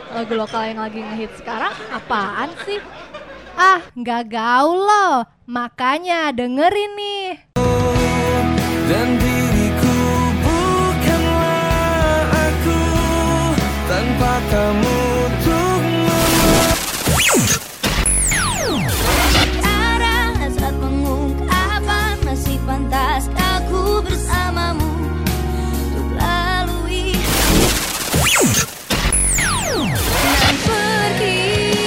Lagu lokal yang lagi ngehit sekarang apaan sih? Ah, nggak gaul loh. Makanya dengerin nih. Dan diriku bukanlah aku tanpa kamu untuk Cara saat pengungkapan masih pantas aku bersamamu untuk lalui dan pergi.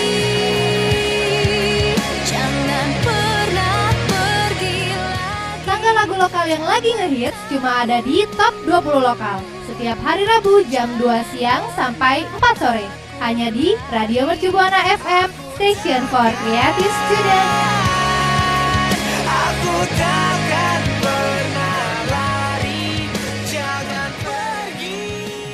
Jangan pernah pergi lagi. Tanggal lagu lokal yang lagi ngehits cuma ada di Top 20 Lokal. Setiap hari Rabu jam 2 siang sampai 4 sore. Hanya di Radio Mercu Buana FM, Station for Creative Student. aku takkan pernah lari, jangan pergi.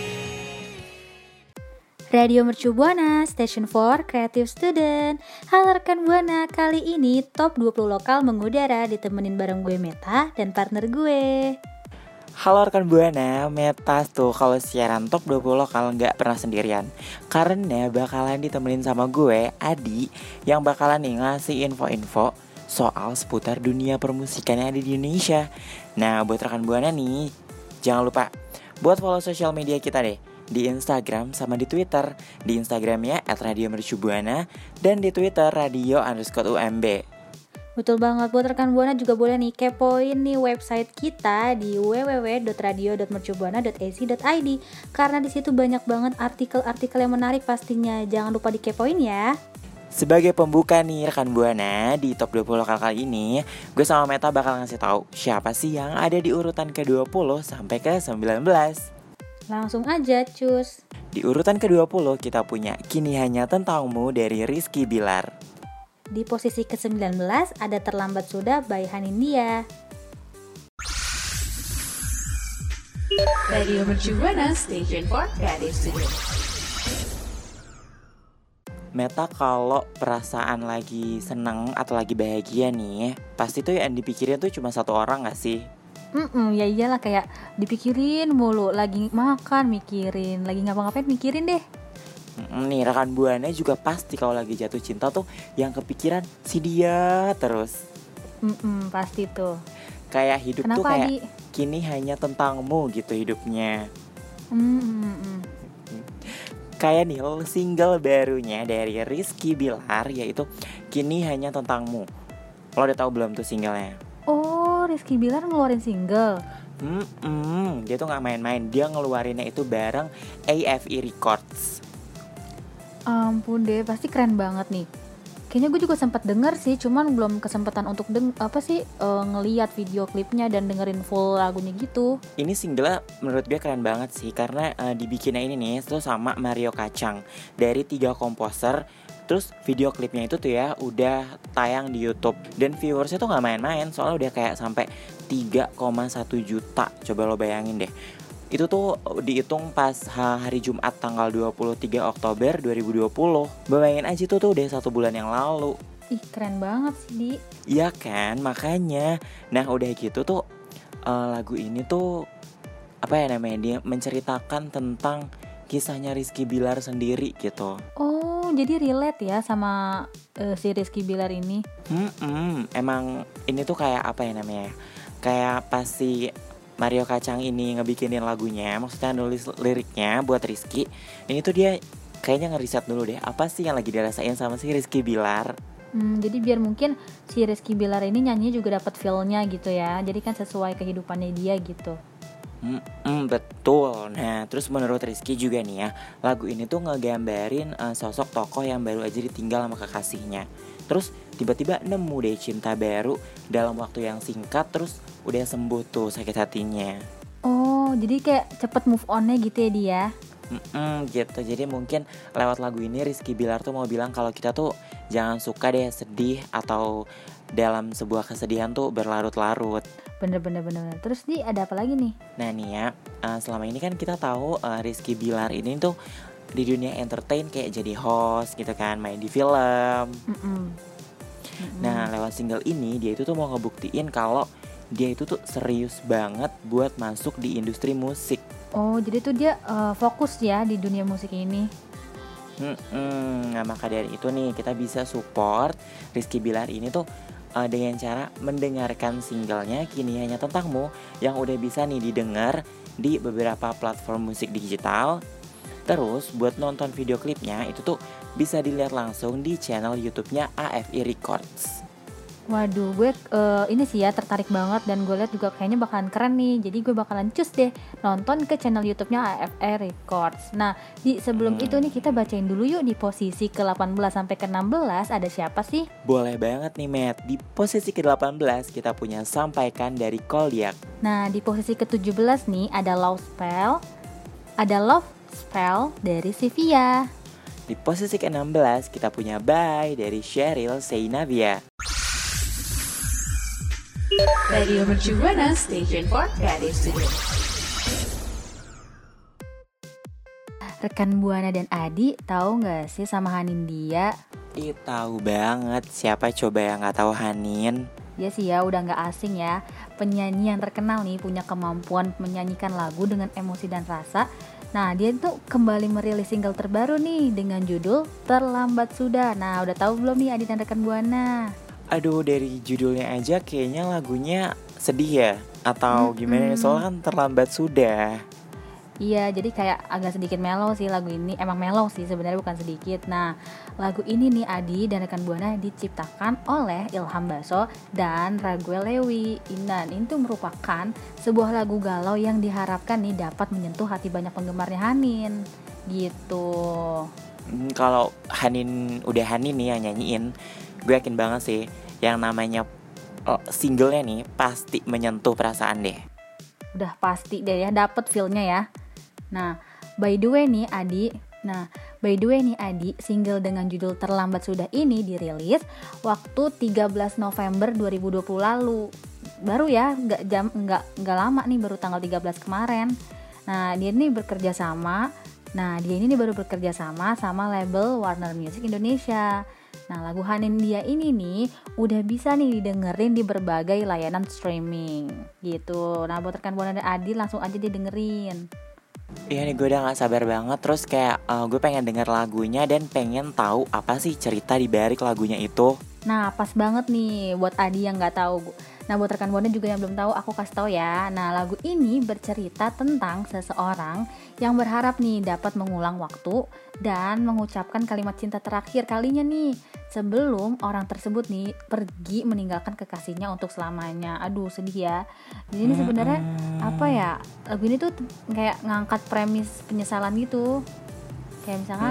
Radio Mercu Buana, Station for Creative Student. Halo rekan Buana, kali ini Top 20 Lokal mengudara ditemenin bareng gue Meta dan partner gue. Halo rekan Buana, Metas tuh kalau siaran Top 20 Lokal nggak pernah sendirian. Karena bakalan ditemenin sama gue, Adi, yang bakalan nih ngasih info-info soal seputar dunia permusikan yang ada di Indonesia. Nah, buat rekan Buana nih, jangan lupa buat follow sosial media kita deh. Di Instagram sama di Twitter. Di Instagramnya @radiomercubuana dan di Twitter radio_UMB. Betul banget, buat rekan Buana juga boleh nih kepoin nih website kita di www.radio.mercubuana.ac.id karena di situ banyak banget artikel-artikel yang menarik pastinya. Jangan lupa dikepoin ya. Sebagai pembuka nih rekan Buana di Top 20 Lokal kali ini, gue sama Meta bakal ngasih tahu siapa sih yang ada di urutan ke-20 sampai ke-19. Langsung aja cus. Di urutan ke-20 kita punya Kini Hanya Tentangmu dari Rizky Bilar. Di posisi ke-19 ada Terlambat Sudah by Hanindia. Radio Mercu Buana, Station for Creative Student. Meta kalau perasaan lagi seneng atau lagi bahagia nih, pasti tuh yang dipikirin tuh cuma satu orang gak sih? Ya iyalah, kayak dipikirin mulu, lagi makan mikirin, lagi ngapa-ngapain mikirin deh. Nih rekan Buana juga pasti kalau lagi jatuh cinta tuh yang kepikiran si dia terus. Pasti tuh. Kayak hidup Kenapa, tuh kayak Adi? kini hanya tentangmu gitu hidupnya. Kayak nih single barunya dari Rizky Bilar yaitu Kini Hanya Tentangmu. Lo udah tahu belum tuh singlenya? Oh, Rizky Bilar ngeluarin single. Dia tuh gak main-main. Dia ngeluarinnya itu bareng AFE Records. Ampun deh, pasti keren banget nih. Kayaknya gue juga sempat denger sih, cuman belum kesempatan untuk ngeliat video klipnya dan dengerin full lagunya gitu. Ini single menurut gue keren banget sih karena dibikinnya ini nih itu sama Mario Kacang dari 3 komposer. Terus video klipnya itu tuh ya udah tayang di YouTube dan viewersnya tuh nggak main-main soalnya udah kayak sampai 3,1 juta. Coba lo bayangin deh. Itu tuh dihitung pas hari Jumat tanggal 23 Oktober 2020. Bayangin aja tuh udah 1 bulan yang lalu. Ih, keren banget sih, Di. Iya kan, makanya. Nah udah gitu tuh lagu ini tuh apa ya namanya, dia menceritakan tentang kisahnya Rizky Bilar sendiri gitu. Oh, jadi relate ya sama si Rizky Bilar ini. Emang ini tuh kayak apa ya namanya, kayak pasti Mario Kacang ini ngebikinin lagunya, maksudnya nulis liriknya buat Rizky. Ini tuh dia kayaknya ngeriset dulu deh apa sih yang lagi dirasain sama si Rizky Bilar. Jadi biar mungkin si Rizky Bilar ini nyanyi juga dapat feel-nya gitu ya. Jadi kan sesuai kehidupannya dia gitu. Betul. Nah terus menurut Rizky juga nih ya, lagu ini tuh ngegambarin sosok tokoh yang baru aja ditinggal sama kekasihnya. Terus tiba-tiba nemu deh cinta baru dalam waktu yang singkat. Terus udah sembuh tuh sakit hatinya. Oh, jadi kayak cepet move on-nya gitu ya dia. Gitu. Jadi mungkin lewat lagu ini Rizky Bilar tuh mau bilang kalau kita tuh jangan suka deh sedih atau dalam sebuah kesedihan tuh berlarut-larut. Bener. Terus nih ada apa lagi nih? Nah nih ya, selama ini kan kita tahu Rizky Bilar ini tuh di dunia entertain kayak jadi host gitu kan, main di film. Nah lewat single ini dia itu tuh mau ngebuktiin kalau dia itu tuh serius banget buat masuk di industri musik. Oh, jadi tuh dia fokus ya di dunia musik ini. Nah, maka dari itu nih kita bisa support Rizky Bilar ini tuh dengan cara mendengarkan singlenya Kini Hanya Tentangmu yang udah bisa nih didengar di beberapa platform musik digital. Terus buat nonton video klipnya itu tuh bisa dilihat langsung di channel YouTube-nya AFI Records. Waduh, gue ini sih ya tertarik banget dan gue lihat juga kayaknya bakalan keren nih. Jadi gue bakalan cus deh nonton ke channel YouTube-nya AFI Records. Nah, sebelum itu nih kita bacain dulu yuk di posisi ke-18 sampai ke-16 ada siapa sih? Boleh banget nih Matt. Di posisi ke-18 kita punya Sampaikan dari Koldiak. Nah, di posisi ke-17 nih ada Love Spell dari Sivia. Di posisi ke-16 kita punya Bye dari Sheryl Seinavia. Radio Mercu Buana Station for Creative Studio. Rekan Buana dan Adi tahu nggak sih sama Hanindya? Tahu banget, siapa coba yang nggak tahu Hanin? Ya sih ya, udah nggak asing ya. Penyanyi yang terkenal nih punya kemampuan menyanyikan lagu dengan emosi dan rasa. Nah, dia tuh kembali merilis single terbaru nih dengan judul Terlambat Sudah. Nah, udah tahu belum nih Adi dan rekan Buana? Aduh, dari judulnya aja kayaknya lagunya sedih ya? Atau gimana nih, soalnya kan Terlambat Sudah. Iya, jadi kayak agak sedikit mellow sih lagu ini. Emang mellow sih sebenarnya, bukan sedikit. Nah, lagu ini nih Adi dan rekan Buana diciptakan oleh Ilham Baso dan Raguel Lewi. Dan itu merupakan sebuah lagu galau yang diharapkan nih dapat menyentuh hati banyak penggemarnya Hanin. Gitu. Kalau Hanin nih yang nyanyiin, gue yakin banget sih yang namanya singlenya nih pasti menyentuh perasaan deh. Udah pasti deh ya, dapet feel-nya ya. Nah, by the way nih Adi, single dengan judul Terlambat Sudah ini dirilis waktu 13 November 2020 lalu. Baru ya, nggak lama nih, baru tanggal 13 kemarin. Nah, dia ini baru bekerja sama sama label Warner Music Indonesia. Nah, lagu Hanindya ini nih udah bisa nih didengerin di berbagai layanan streaming gitu. Nah, buat rekan Buana dan Adi langsung aja didengerin. Iya nih, gue udah gak sabar banget. Terus kayak gue pengen denger lagunya dan pengen tahu apa sih cerita di balik lagunya itu. Nah, pas banget nih buat Adi yang gak tahu. Nah, buat rekan Buana juga yang belum tahu, aku kasih tahu ya. Nah, lagu ini bercerita tentang seseorang yang berharap nih dapat mengulang waktu dan mengucapkan kalimat cinta terakhir kalinya nih sebelum orang tersebut nih pergi meninggalkan kekasihnya untuk selamanya. Aduh, sedih ya. Jadi ini sebenarnya apa ya? Lagu ini tuh kayak ngangkat premis penyesalan gitu. Kayak misalkan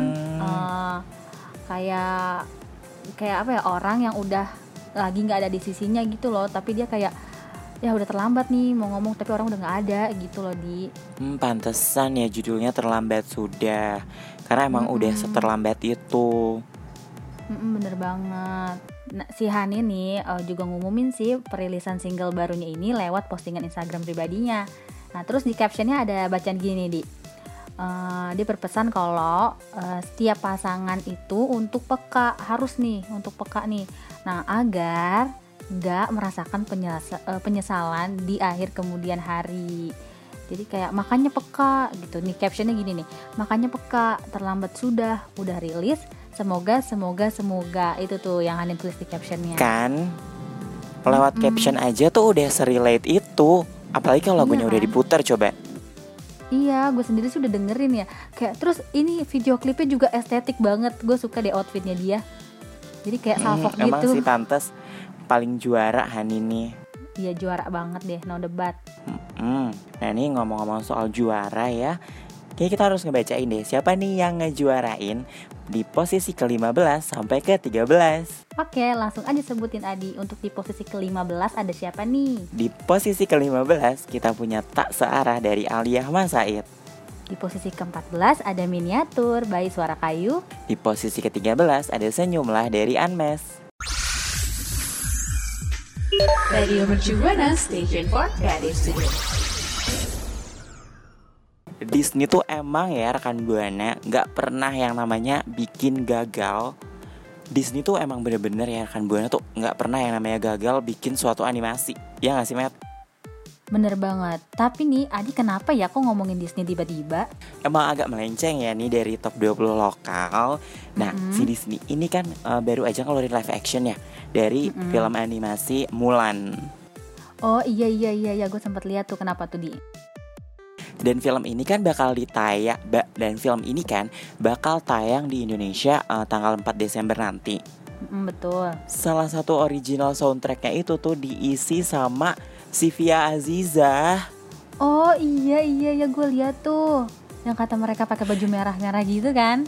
kayak apa ya, orang yang udah lagi nggak ada di sisinya gitu loh, tapi dia kayak ya udah terlambat nih mau ngomong tapi orang udah nggak ada gitu loh di. Pantesan ya judulnya Terlambat Sudah, karena emang udah seterlambat itu. Bener banget. Nah, si Hani nih juga ngumumin sih perilisan single barunya ini lewat postingan Instagram pribadinya. Nah, terus di captionnya ada bacaan gini nih, dia berpesan kalau setiap pasangan itu untuk peka, harus nih untuk peka nih. Nah, agar nggak merasakan penyesalan di akhir kemudian hari. Jadi kayak makanya peka gitu. Nih captionnya gini nih, makanya peka, terlambat sudah, udah rilis, semoga itu tuh yang Hanin tulis di captionnya. Kan lewat caption aja tuh udah serelate itu, apalagi kalau lagunya udah diputar coba. Iya, gue sendiri sudah dengerin ya. Kayak terus ini video klipnya juga estetik banget. Gue suka deh outfitnya dia. Jadi kayak salfok gitu. Emang sih pantes paling juara Hani nih. Iya, juara banget deh, no debat. Nah ini ngomong-ngomong soal juara ya, kayaknya kita harus ngebacain deh siapa nih yang ngejuarain di posisi ke-15 sampai ke-13. Oke, langsung aja sebutin Adi. Untuk di posisi ke-15 ada siapa nih? Di posisi ke-15 kita punya Tak Searah dari Aliyah Masaid. Di posisi ke-14 ada Miniatur by Suara Kayu. Di posisi ke-13 ada Senyumlah dari Unmesh. Radio Mercu Buana Station for Creative Studio. Disney tuh emang ya rekan Buana gak pernah yang namanya bikin gagal. Disney tuh emang bener-bener ya rekan Buana tuh gak pernah yang namanya gagal bikin suatu animasi. Ya gak sih Matt? Bener banget. Tapi nih, Adi kenapa ya kok ngomongin Disney tiba-tiba? Emang agak melenceng ya nih dari top 20 lokal. Nah, si Disney ini kan baru aja ngeluarin live action ya dari film animasi Mulan. Oh iya, gue sempat lihat tuh, kenapa tuh Di? Dan film ini kan bakal tayang di Indonesia tanggal 4 Desember nanti. Betul. Salah satu original soundtracknya itu tuh diisi sama Sivia Azizah. Oh iya, gue lihat tuh. Yang kata mereka pakai baju merah-merah gitu kan?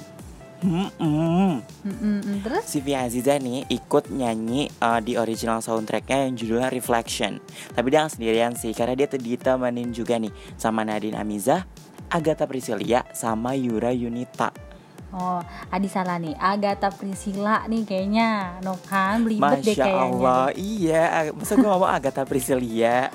Terus? Sivia Azizah nih ikut nyanyi di original soundtracknya yang judulnya Reflection. Tapi dia gak sendirian sih, karena dia ditemenin juga nih sama Nadine Amizah, Agatha Priscilla, sama Yura Yunita. Oh, Adi salah nih, Agatha Priscilla nih kayaknya. No kan, belibet deh Masya kayaknya. Allah, iya. Masa gue ngomong Agatha Priscilla.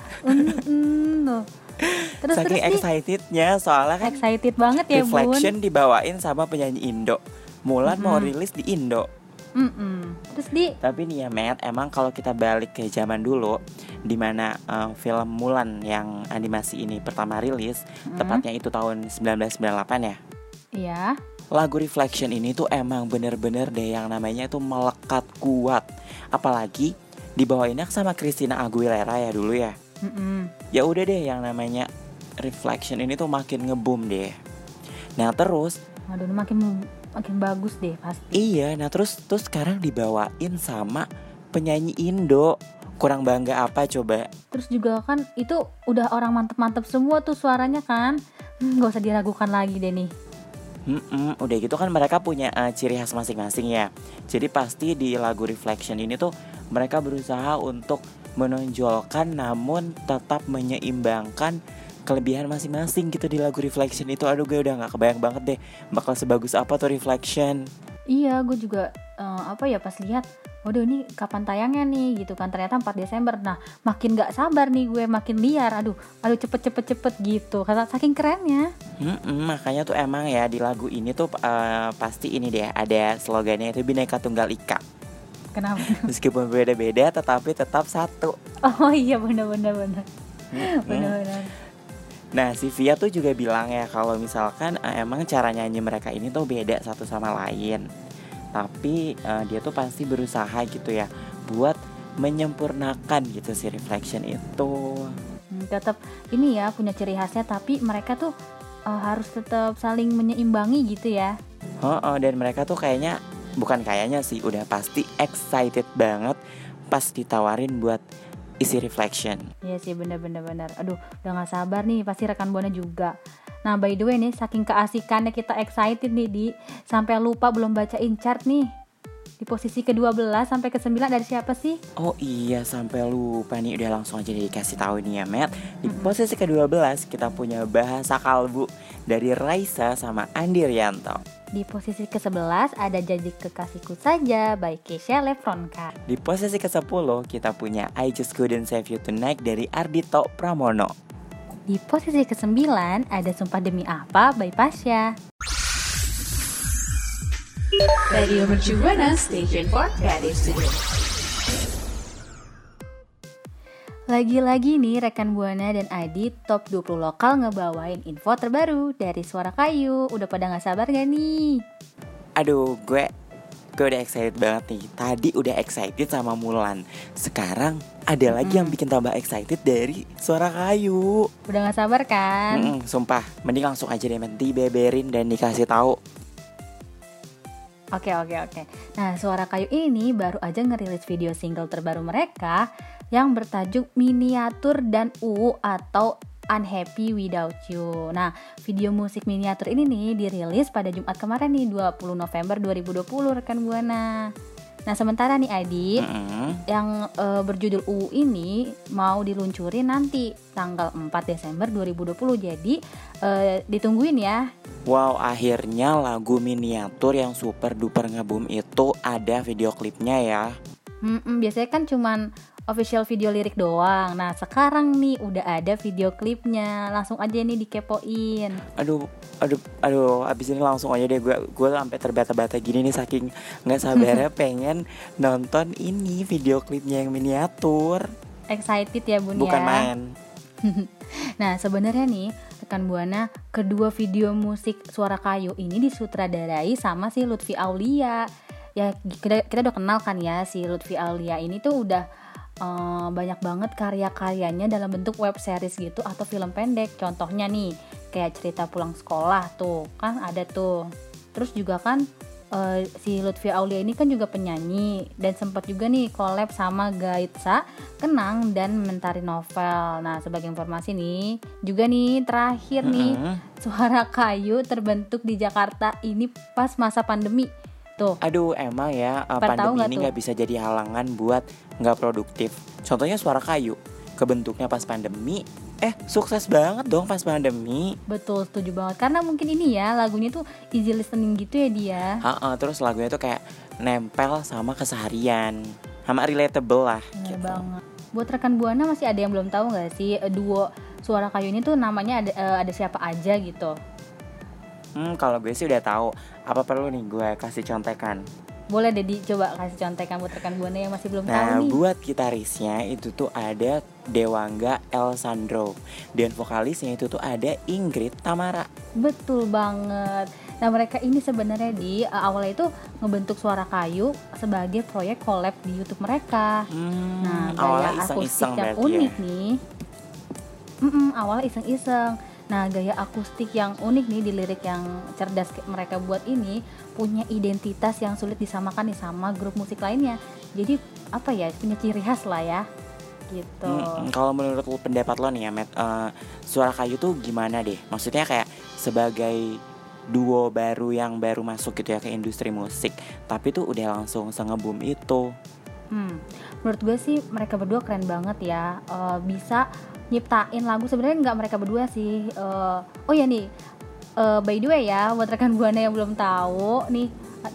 Terus Saking excitednya, soalnya kan excited banget ya Reflection dibawain sama penyanyi Indo. Mulan mau rilis di Indo. Terus Di? Tapi nih ya Matt, emang kalau kita balik ke zaman dulu, dimana film Mulan yang animasi ini pertama rilis, tepatnya itu tahun 1998 ya. Iya. Lagu Reflection ini tuh emang bener-bener deh yang namanya tuh melekat kuat. Apalagi dibawainnya sama Christina Aguilera ya dulu ya. Ya udah deh, yang namanya Reflection ini tuh makin ngeboom deh. Nah terus, Waduh, makin bagus deh pasti. iya, nah terus sekarang dibawain sama penyanyi Indo. Kurang bangga apa coba? Terus juga kan itu udah orang mantep-mantep semua tuh suaranya kan. Gak usah diragukan lagi deh nih. Udah gitu kan mereka punya ciri khas masing-masing ya. Jadi pasti di lagu Reflection ini tuh mereka berusaha untuk menonjolkan namun tetap menyeimbangkan kelebihan masing-masing gitu di lagu Reflection itu. Aduh, gue udah gak kebayang banget deh bakal sebagus apa tuh Reflection. Iya, gue juga pas lihat, waduh ini kapan tayangnya nih gitu kan, ternyata 4 Desember. Nah, makin gak sabar nih gue, makin liar. Aduh cepet gitu, karena saking kerennya. Makanya tuh emang ya di lagu ini tuh pasti ini deh ada slogannya itu Bhinneka Tunggal Ika. Kenapa? Meskipun beda-beda tetapi tetap satu. Oh iya, benar. Nah, Sivia tuh juga bilang ya kalau misalkan emang cara nyanyi mereka ini tuh beda satu sama lain. Tapi dia tuh pasti berusaha gitu ya buat menyempurnakan gitu si Reflection itu. Tetap ini ya punya ciri khasnya, tapi mereka tuh harus tetap saling menyeimbangi gitu ya. Dan mereka tuh bukan kayaknya sih, udah pasti excited banget pas ditawarin buat isi Reflection. Iya sih, bener. Aduh, udah gak sabar nih, pasti rekan Buana juga. Nah, by the way nih, saking keasikannya kita excited nih Di, sampai lupa belum bacain chart nih. Di posisi ke-12 sampai ke-9 dari siapa sih? Oh iya, sampai lupa nih, udah langsung aja dikasih tahu nih ya Matt. Di posisi ke-12 kita punya Bahasa Kalbu dari Raisa sama Andi Rianto. Di posisi ke-11 ada Jadi Kekasihku Saja by Kesha Lefronka. Di posisi ke-10 kita punya I Just Couldn't Save You Tonight dari Ardhito Pramono. Di posisi ke-9 ada Sumpah Demi Apa by Pasha. Radio Mercu Buana Station for Creative Studio. Lagi-lagi nih rekan Buana dan Adi top 20 lokal ngebawain info terbaru dari Suara Kayu. Udah pada gak sabar gak nih? Aduh, gue udah excited banget nih. Tadi udah excited sama Mulan. Sekarang ada lagi yang bikin tambah excited dari Suara Kayu. Udah gak sabar kan? Sumpah, mending langsung aja deh dibeberin dan dikasih tahu. Oke. Nah, Suara Kayu ini baru aja ngerilis video single terbaru mereka yang bertajuk Miniatur dan UU atau Unhappy Without You. Nah, video musik Miniatur ini nih dirilis pada Jumat kemarin nih, 20 November 2020 rekan Buana. Nah, sementara nih Adi, yang berjudul UU ini mau diluncurin nanti tanggal 4 Desember 2020. Jadi ditungguin ya. Wow, akhirnya lagu Miniatur yang super duper ngeboom itu ada video klipnya ya. Biasanya kan cuman official video lirik doang. Nah, sekarang nih udah ada video klipnya. Langsung aja nih dikepoin. Aduh, abis ini langsung aja deh gue sampai terbata-bata gini nih saking nggak sabarnya pengen nonton ini video klipnya yang Miniatur. Excited ya Bun Bukan ya. main. Nah, sebenarnya nih rekan Buana, kedua video musik Suara Kayu ini disutradarai sama si Lutfi Aulia. Ya kita udah kenal kan ya, si Lutfi Aulia ini tuh udah banyak banget karya-karyanya dalam bentuk web series gitu atau film pendek. Contohnya nih kayak Cerita Pulang Sekolah tuh kan ada tuh. Terus juga kan si Lutfi Aulia ini kan juga penyanyi dan sempat juga nih collab sama Gaitsa, Kenang dan Mentari Novel. Nah, sebagai informasi nih, juga nih terakhir nih Suara Kayu terbentuk di Jakarta ini pas masa pandemi. Tuh. Aduh, emang ya pandemi ini nggak bisa jadi halangan buat nggak produktif. Contohnya Suara Kayu kebentuknya pas pandemi, sukses banget dong pas pandemi. Betul, setuju banget. Karena mungkin ini ya lagunya tuh easy listening gitu ya dia. Terus lagunya tuh kayak nempel sama keseharian, sama relatable lah. Bener gitu. banget. Buat rekan Buana masih ada yang belum tahu nggak sih duo Suara Kayu ini tuh namanya ada siapa aja gitu? Kalau gue sih udah tahu. Apa perlu nih gue kasih contekan? Boleh deh coba kasih contekan buat rekan Buana yang masih belum tahu Nah, nih. buat gitarisnya itu tuh ada Dewangga El Sandro, dan vokalisnya itu tuh ada Ingrid Tamara. Betul banget. Nah, mereka ini sebenarnya di awalnya itu ngebentuk Suara Kayu sebagai proyek collab di YouTube mereka. Nah, awalnya gaya akustik iseng-iseng yang berarti unik ya? nih. Awalnya iseng-iseng. Nah, gaya akustik yang unik nih di lirik yang cerdas mereka buat ini punya identitas yang sulit disamakan nih sama grup musik lainnya. Jadi apa ya, punya ciri khas lah ya gitu. Kalau menurut pendapat lo nih ya, Matt, Suara Kayu tuh gimana deh? Maksudnya kayak sebagai duo baru yang baru masuk gitu ya ke industri musik, tapi tuh udah langsung se-ngeboom itu. Menurut gue sih mereka berdua keren banget ya, bisa nyiptain lagu. Sebenarnya nggak mereka berdua sih. Oh ya nih, by the way ya, buat rekan Buana yang belum tahu nih,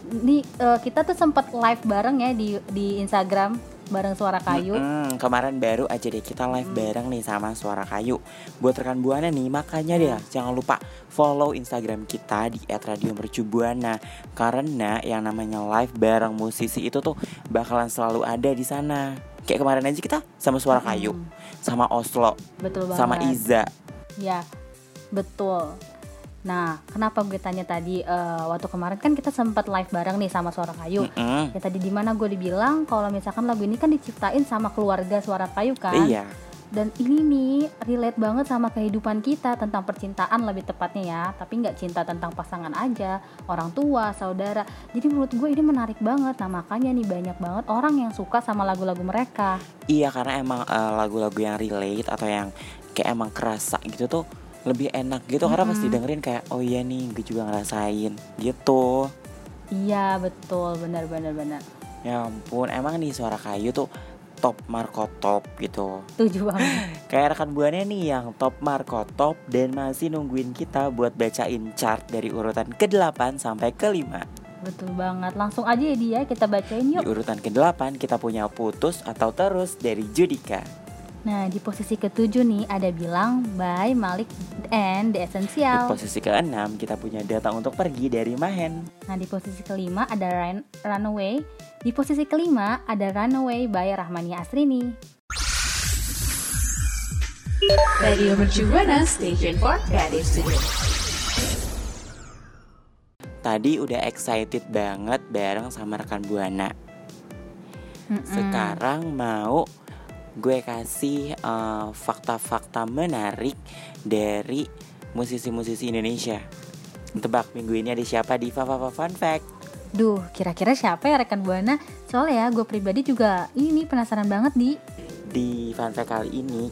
kita tuh sempat live bareng ya di Instagram bareng Suara Kayu. Kemarin baru aja deh kita live bareng nih sama Suara Kayu. Buat rekan Buana nih, makanya deh jangan lupa follow Instagram kita di @radiomercubuana, karena yang namanya live bareng musisi itu tuh bakalan selalu ada di sana. Kayak kemarin aja kita sama Suara Kayu, sama Oslo, Betul banget. sama Iza. Ya, betul. Nah, kenapa gue tanya tadi, waktu kemarin kan kita sempat live bareng nih sama Suara Kayu. Ya tadi di mana gue dibilang kalau misalkan lagu ini kan diciptain sama keluarga Suara Kayu kan. Iya. Dan ini nih relate banget sama kehidupan kita, tentang percintaan lebih tepatnya ya. Tapi nggak cinta tentang pasangan aja, orang tua, saudara. Jadi menurut gue ini menarik banget. Nah, makanya nih banyak banget orang yang suka sama lagu-lagu mereka. Iya, karena emang lagu-lagu yang relate atau yang kayak emang kerasa gitu tuh lebih enak gitu, karena pasti dengerin kayak oh iya nih gue juga ngerasain gitu. Iya betul, benar. Ya ampun, emang nih Suara Kayu tuh top Marco Top gitu. Setuju banget. Kayak rekan Buana nih yang top Marco Top dan masih nungguin kita buat bacain chart dari urutan ke-8 sampai ke-5. Betul banget. Langsung aja ya dia, kita bacain yuk. Di urutan ke-8 kita punya Putus atau Terus dari Judika. Nah, di posisi ke-7 nih ada Bilang by Malik and The Di Essential. posisi ke-6 kita punya Datang Untuk Pergi dari Mahen. Nah, di posisi ke-5 ada Runaway. Di posisi ke-5 ada Runaway by Rahmania Asrini. Radio Mercu Buana, Station for Creative Studio. Tadi udah excited banget bareng sama rekan Buana. Sekarang mau gue kasih fakta-fakta menarik dari musisi-musisi Indonesia. Tebak minggu ini ada siapa di Fun Fact? Duh, kira-kira siapa ya rekan Buana? Soalnya ya gue pribadi juga ini penasaran banget Di Fun Fact kali ini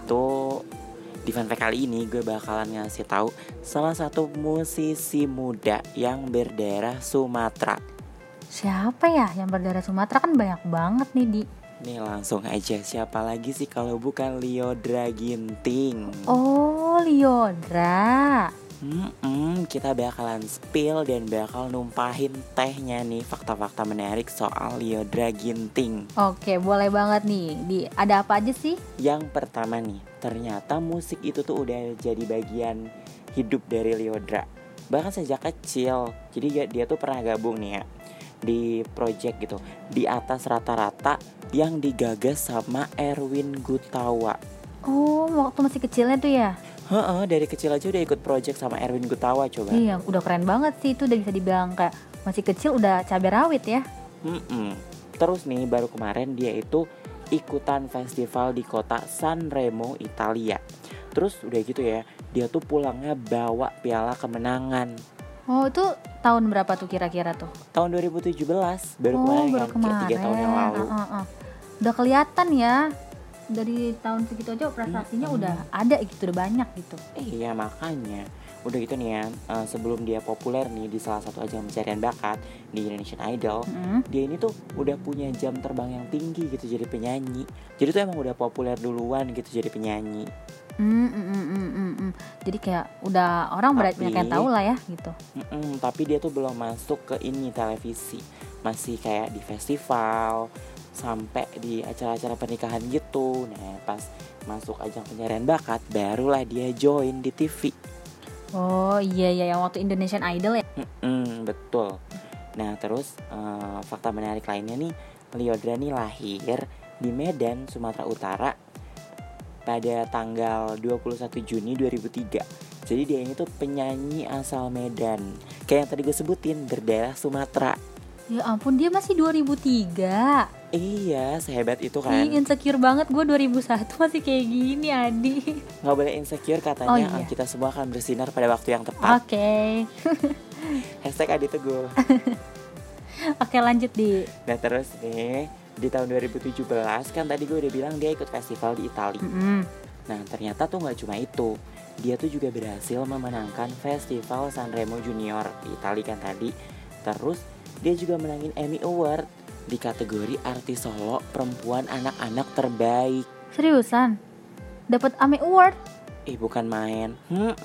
gue bakalan ngasih tahu salah satu musisi muda yang berdarah Sumatera. Siapa ya yang berdarah Sumatera? Kan banyak banget nih Nih langsung aja, siapa lagi sih kalau bukan Lyodra Ginting. Oh, Lyodra. Kita bakalan spill dan bakal numpahin tehnya nih, fakta-fakta menarik soal Lyodra Ginting. Oke, boleh banget nih. Ada apa aja sih? Yang pertama nih, ternyata musik itu tuh udah jadi bagian hidup dari Lyodra. Bahkan sejak kecil. Jadi dia tuh pernah gabung nih ya di project gitu, Di Atas Rata-Rata yang digagas sama Erwin Gutawa. Oh, waktu masih kecilnya tuh ya? Heeh, dari kecil aja udah ikut project sama Erwin Gutawa coba. Iya, udah keren banget sih itu, udah bisa dibilang kayak masih kecil udah cabai rawit ya. Terus nih baru kemarin dia itu ikutan festival di kota Sanremo, Italia. Terus udah gitu ya, dia tuh pulangnya bawa piala kemenangan. Oh, itu tahun berapa tuh kira-kira tuh? Tahun 2017, baru kemarin baru kan, kayak 3 tahun yang lalu. Udah kelihatan ya, dari tahun segitu aja prestasinya udah ada gitu, udah banyak gitu. Iya makanya, udah gitu nih ya, sebelum dia populer nih di salah satu ajang pencarian bakat di Indonesian Idol, dia ini tuh udah punya jam terbang yang tinggi gitu jadi penyanyi. Jadi tuh emang udah populer duluan gitu jadi penyanyi. Jadi kayak udah orang banyak yang tahu lah ya gitu. Tapi dia tuh belum masuk ke ini televisi, masih kayak di festival sampai di acara-acara pernikahan gitu. Nah pas masuk ajang pencarian bakat barulah dia join di TV. Oh iya yang waktu Indonesian Idol ya. Betul. Nah terus fakta menarik lainnya nih, Lyodra nih lahir di Medan, Sumatera Utara pada tanggal 21 Juni 2003. Jadi dia ini tuh penyanyi asal Medan. Kayak yang tadi gue sebutin, berdarah Sumatera. Ya ampun, dia masih 2003. Iya, sehebat itu kan. Ih, insecure banget gue 2001 masih kayak gini, Adi. Gak boleh insecure katanya. Oh, iya. Kita semua akan bersinar pada waktu yang tepat. Oke. Adi Teguh. Oke, lanjut di. Nah terus nih, di tahun 2017 kan tadi gue udah bilang dia ikut festival di Italia. Nah ternyata tuh gak cuma itu, dia tuh juga berhasil memenangkan festival Sanremo Junior di Italia kan tadi. Terus dia juga menangin Emmy Award di kategori artis solo perempuan anak-anak terbaik. Seriusan? Dapat Emmy Award? Bukan main.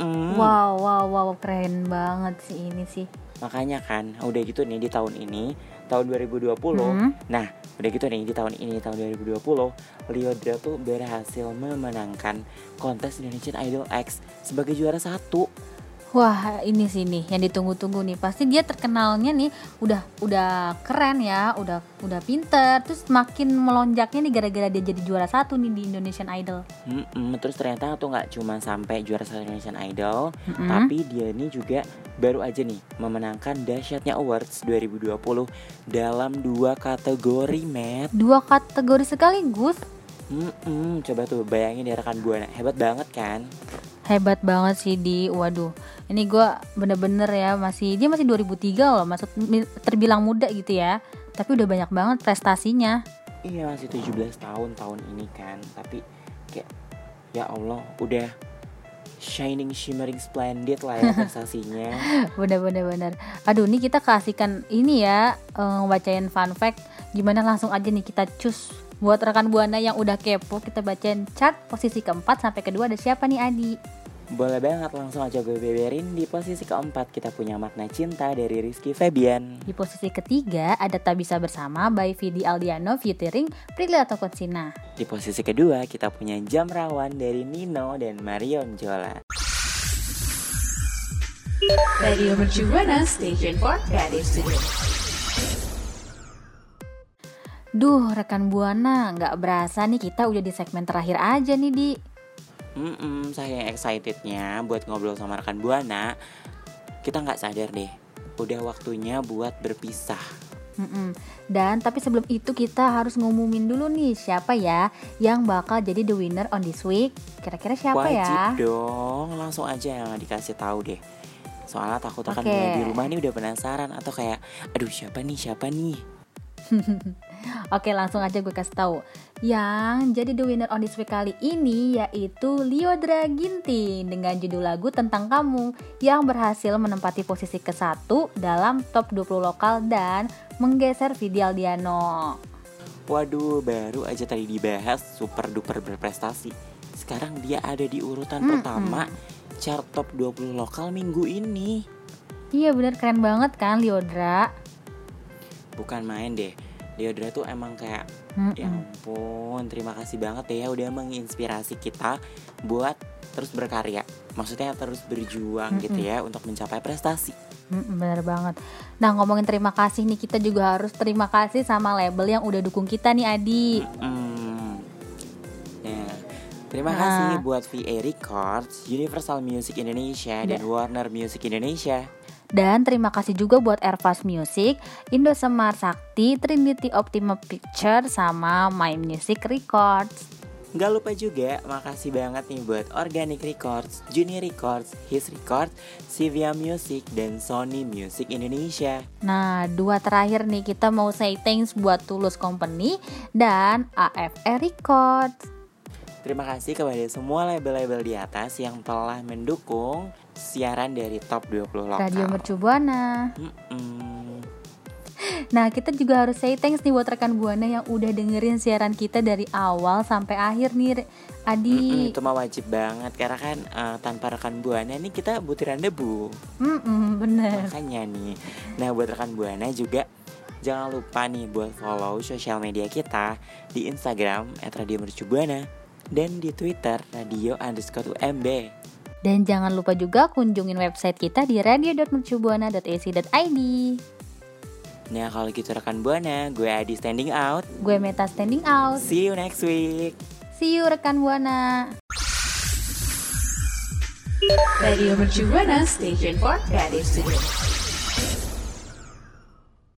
Wow, keren banget sih ini sih. Makanya kan, udah gitu nih di tahun ini, tahun 2020. Nah, udah gitu nih di tahun ini, tahun 2020, Lyodra tuh berhasil memenangkan kontes Indonesian Idol X sebagai juara 1. Wah, ini sih nih yang ditunggu-tunggu nih. Pasti dia terkenalnya nih udah keren ya, udah pinter. Terus makin melonjaknya nih gara-gara dia jadi juara 1 nih di Indonesian Idol. Terus ternyata tuh nggak cuma sampai juara 1 Indonesian Idol, tapi dia ini juga baru aja nih memenangkan Dahsyatnya Awards 2020 dalam 2 kategori, Matt. 2 kategori sekaligus? Coba tuh bayangin ya rekan Buana, hebat banget kan? Hebat banget sih di, waduh. Ini gue bener-bener ya dia masih 2003 loh, maksud terbilang muda gitu ya. Tapi udah banyak banget prestasinya. Iya masih 17 tahun ini kan, tapi kayak ya Allah udah shining, shimmering, splendid lah ya prestasinya. Bener. Aduh, ini kita kasihkan ini ya, bacain fun fact. Gimana langsung aja nih kita cus buat rekan Buana yang udah kepo, kita bacain chart posisi keempat sampai kedua ada siapa nih, Adi? Boleh banget, langsung aja gue beberin. Di posisi keempat kita punya Makna Cinta dari Rizky Febian. Di posisi ketiga ada Tak Bisa Bersama by Vidi Aldiano featuring Prilly Latuconsina. Di posisi kedua kita punya Jam Rawan dari Nino dan Marion Jola. Radio Mercu Buana Station for Creative Studio. Duh, rekan Buana, gak berasa nih kita udah di segmen terakhir aja nih, Di. Saya excitednya buat ngobrol sama rekan Buana. Kita gak sadar deh, udah waktunya buat berpisah. Dan tapi sebelum itu kita harus ngumumin dulu nih siapa ya yang bakal jadi the winner on this week. Kira-kira siapa Wajib ya? Wajib dong, langsung aja yang dikasih tahu deh. Soalnya takut akan mulai di rumah nih udah penasaran atau kayak, aduh siapa nih? Oke, langsung aja gue kasih tahu. Yang jadi the winner on this week kali ini yaitu Lyodra Ginting dengan judul lagu Tentang Kamu yang berhasil menempati posisi ke-1 dalam top 20 lokal dan menggeser Vidi Aldiano. Waduh, baru aja tadi dibahas super duper berprestasi. Sekarang dia ada di urutan pertama chart top 20 lokal minggu ini. Iya bener, keren banget kan Lyodra. Bukan main deh, Lyodra tuh emang kayak ya ampun, terima kasih banget deh ya udah menginspirasi kita buat terus berkarya. Maksudnya terus berjuang gitu ya untuk mencapai prestasi. Bener banget. Nah, ngomongin terima kasih nih, kita juga harus terima kasih sama label yang udah dukung kita nih, Adi. Nah, Terima kasih buat VA Records, Universal Music Indonesia, dan Warner Music Indonesia. Dan terima kasih juga buat Airfast Music, Indosmart Sakti, Trinity Optima Picture, sama My Music Records. Gak lupa juga, makasih banget nih buat Organic Records, Junior Records, His Records, Sivia Music, dan Sony Music Indonesia. Nah, 2 terakhir nih kita mau say thanks buat Tulus Company dan AFR Records. Terima kasih kepada semua label-label di atas yang telah mendukung siaran dari Top 20 Lokal Radio Mercu Buana. Nah, kita juga harus say thanks nih buat rekan Buana yang udah dengerin siaran kita dari awal sampai akhir nih, Adi. Itu mah wajib banget, karena kan tanpa rekan Buana nih kita butiran debu. Bener. Makanya nih, nah buat rekan Buana juga jangan lupa nih buat follow sosial media kita di Instagram @radiomercubuana dan di Twitter radio_UMB. Dan jangan lupa juga kunjungin website kita di radio.mercubuana.ac.id. Nah kalau gitu rekan Buana, gue Adi standing out. Gue Meta standing out. See you next week. See you rekan Buana. Radio Mercu Buana Station for Creative Studio.